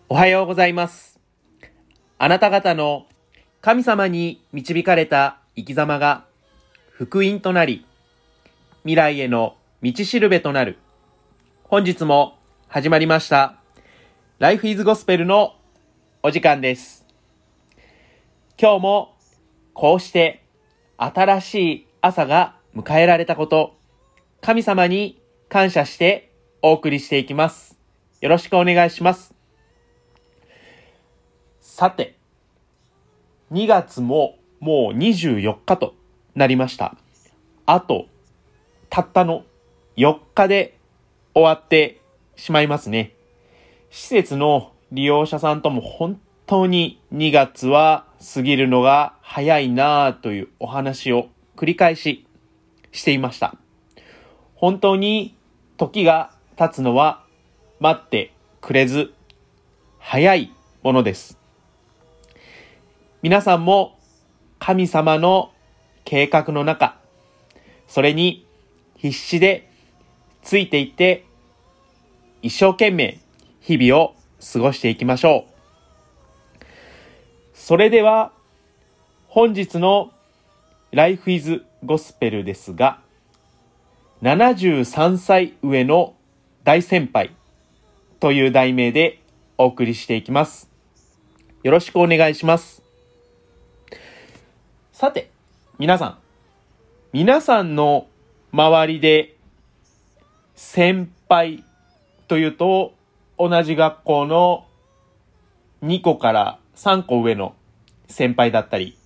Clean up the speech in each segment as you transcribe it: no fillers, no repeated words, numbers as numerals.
おはようございます。あなた方の神様に導かれた生き様が福音となり、未来への道しるべとなる。本日も始まりました Life is Gospel のお時間です。今日もこうして新しい朝が迎えられたこと、神様に感謝してお送りしていきます。よろしくお願いします。さて、2月ももう24日となりました。あと、たったの4日で終わってしまいますね。施設の利用者さんとも本当に2月は過ぎるのが早いなぁというお話を繰り返ししていました。本当に時が経つのは待ってくれず早いものです。皆さんも神様の計画の中、それに必死でついていって一生懸命日々を過ごしていきましょう。それでは本日の Life is Gospel ですが、73歳上の大先輩という題名でお送りしていきます。よろしくお願いします。さて、皆さんの周りで先輩というと同じ学校の2個から3個上の先輩だったり、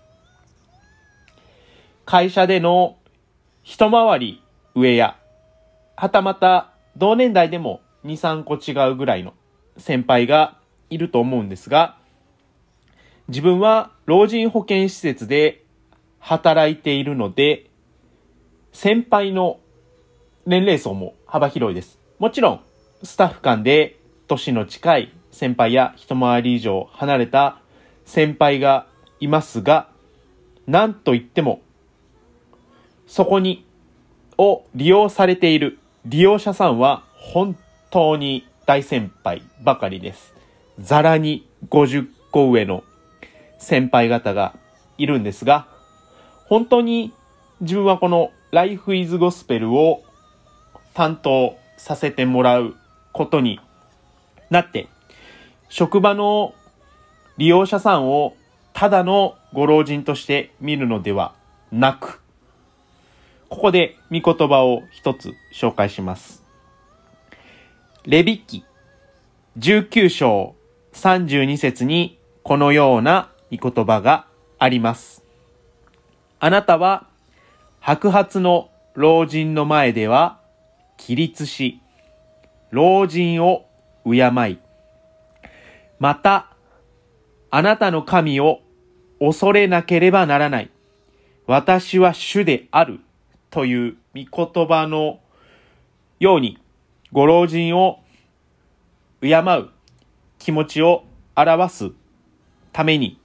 会社での一回り上や、はたまた同年代でも2、3個違うぐらいの先輩がいると思うんですが、自分は老人保健施設で働いているので、先輩の年齢層も幅広いです。もちろんスタッフ間で年の近い先輩や一回り以上離れた先輩がいますが、なんといってもそこを利用されている利用者さんは本当に大先輩ばかりです。ざらに50個上の先輩方がいるんですが、本当に自分はこの Life is Gospel を担当させてもらうことになって、職場の利用者さんをただのご老人として見るのではなく、ここで御言葉を一つ紹介します。レビ記19章32節にこのような御言葉があります。あなたは白髪の老人の前では起立し、老人を敬い、またあなたの神を恐れなければならない。私は主であるという御言葉のように、ご老人を敬う気持ちを表すために、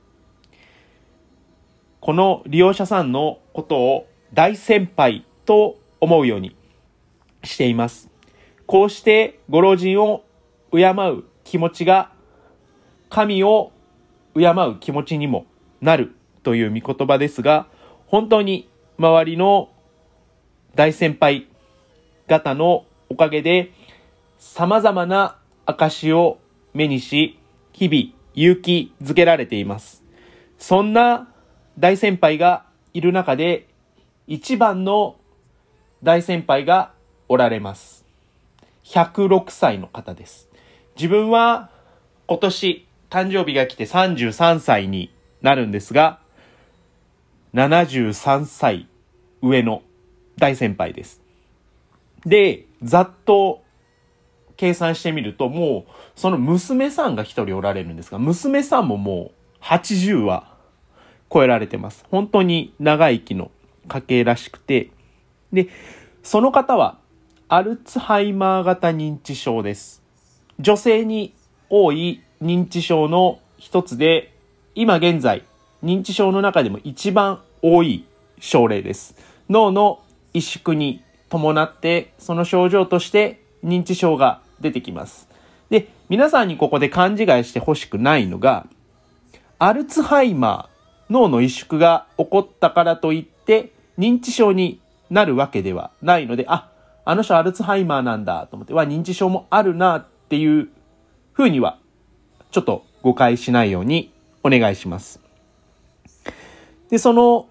この利用者さんのことを大先輩と思うようにしています。こうしてご老人を敬う気持ちが神を敬う気持ちにもなるという御言葉ですが、本当に周りの大先輩方のおかげで様々な証を目にし、日々勇気づけられています。そんな大先輩がいる中で一番の大先輩がおられます。106歳の方です。自分は今年誕生日が来て33歳になるんですが、73歳上の大先輩です。で、ざっと計算してみると、もうその娘さんが一人おられるんですが、娘さんももう80は超えられてます。本当に長生きの家系らしくて、で、その方はアルツハイマー型認知症です。女性に多い認知症の一つで、今現在認知症の中でも一番多い症例です。脳の萎縮に伴ってその症状として認知症が出てきます。 で、皆さんにここで勘違いしてほしくないのが、アルツハイマー、脳の萎縮が起こったからといって認知症になるわけではないので、あの人アルツハイマーなんだと思って、認知症もあるなっていう風にはちょっと誤解しないようにお願いします。で、その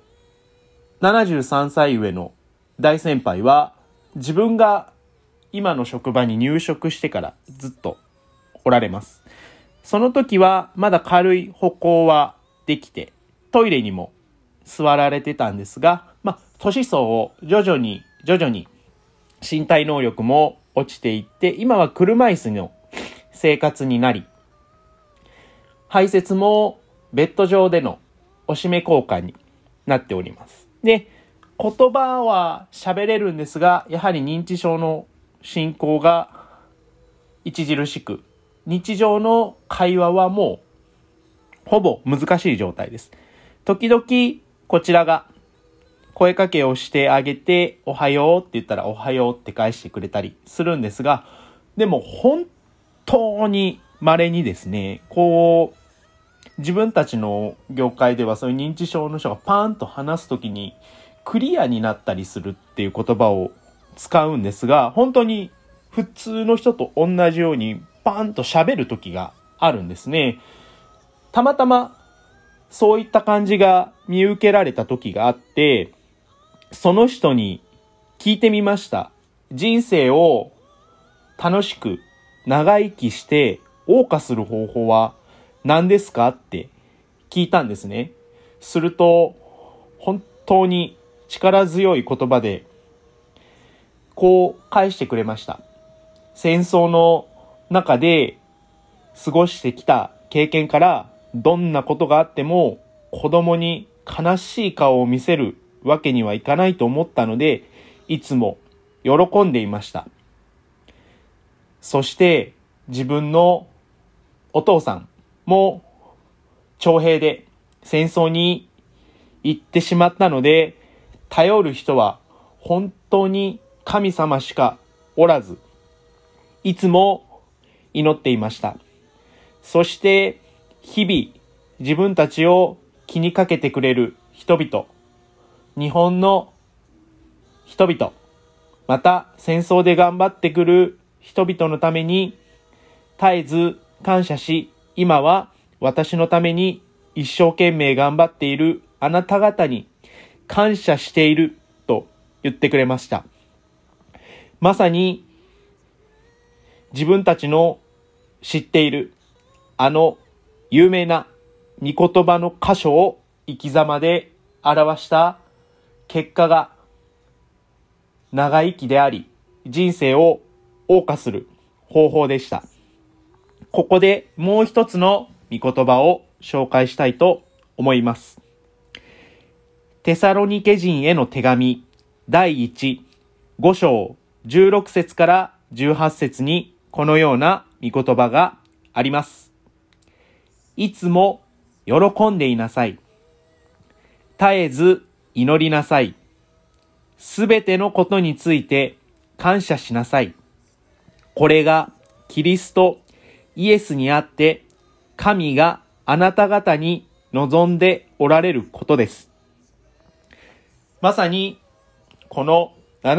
73歳上の大先輩は、自分が今の職場に入職してからずっとおられます。その時はまだ軽い歩行はできて、トイレにも座られてたんですが、年相を徐々に身体能力も落ちていって、今は車椅子の生活になり、排泄もベッド上でのおしめ交換になっております。で、言葉は喋れるんですが、やはり認知症の進行が著しく、日常の会話はもうほぼ難しい状態です。時々こちらが声かけをしてあげて、おはようって言ったらおはようって返してくれたりするんですが、でも本当に稀にですね、自分たちの業界ではそういう認知症の人がパーンと話すときにクリアになったりするっていう言葉を使うんですが、本当に普通の人と同じようにパーンと喋るときがあるんですね。たまたまそういった感じが見受けられたときがあって、その人に聞いてみました。人生を楽しく長生きして謳歌する方法は何ですかって聞いたんですね。すると本当に力強い言葉でこう返してくれました。戦争の中で過ごしてきた経験から、どんなことがあっても子供に悲しい顔を見せるわけにはいかないと思ったので、いつも喜んでいました。そして自分のお父さんも徴兵で戦争に行ってしまったので、頼る人は本当に神様しかおらず、いつも祈っていました。そして日々自分たちを気にかけてくれる人々、日本の人々、また戦争で頑張ってくる人々のために絶えず感謝し、今は私のために一生懸命頑張っているあなた方に感謝していると言ってくれました。まさに自分たちの知っているあの有名な御言葉の箇所を生き様で表した結果が長生きであり、人生を謳歌する方法でした。ここでもう一つの御言葉を紹介したいと思います。テサロニケ人への手紙第1、5章16節から18節にこのような御言葉があります。いつも喜んでいなさい。絶えず祈りなさい。すべてのことについて感謝しなさい。これがキリストイエスにあって神があなた方に望んでおられることです。まさにこの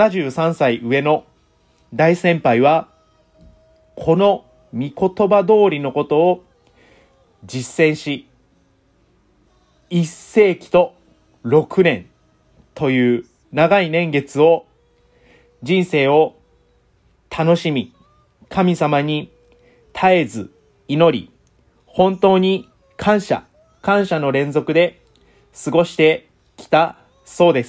73歳上の大先輩はこの御言葉通りのことを実践し、1世紀と6年という長い年月を人生を楽しみ、神様に絶えず祈り、本当に感謝の連続で過ごしてきたそうです。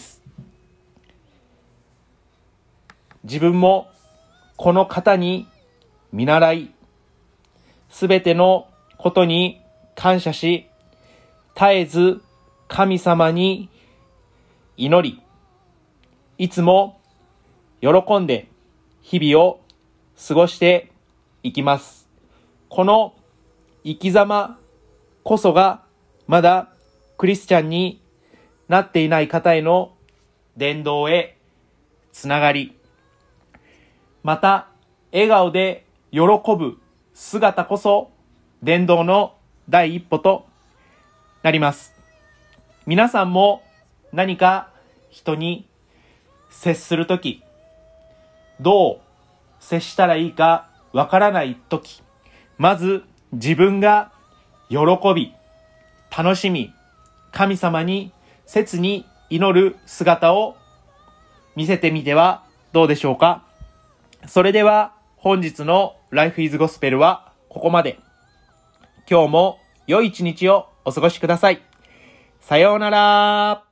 自分もこの方に見習い、すべてのことに感謝し、絶えず神様に祈り、いつも喜んで日々を過ごしていきます。この生き様こそがまだクリスチャンになっていない方への伝道へつながり、また笑顔で喜ぶ姿こそ伝道の第一歩となります。皆さんも何か人に接するとき、どう接したらいいかわからないとき、まず自分が喜び、楽しみ、神様に切に祈る姿を見せてみてはどうでしょうか。それでは本日の Life is Gospel はここまで。今日も良い一日をお過ごしください。さようなら。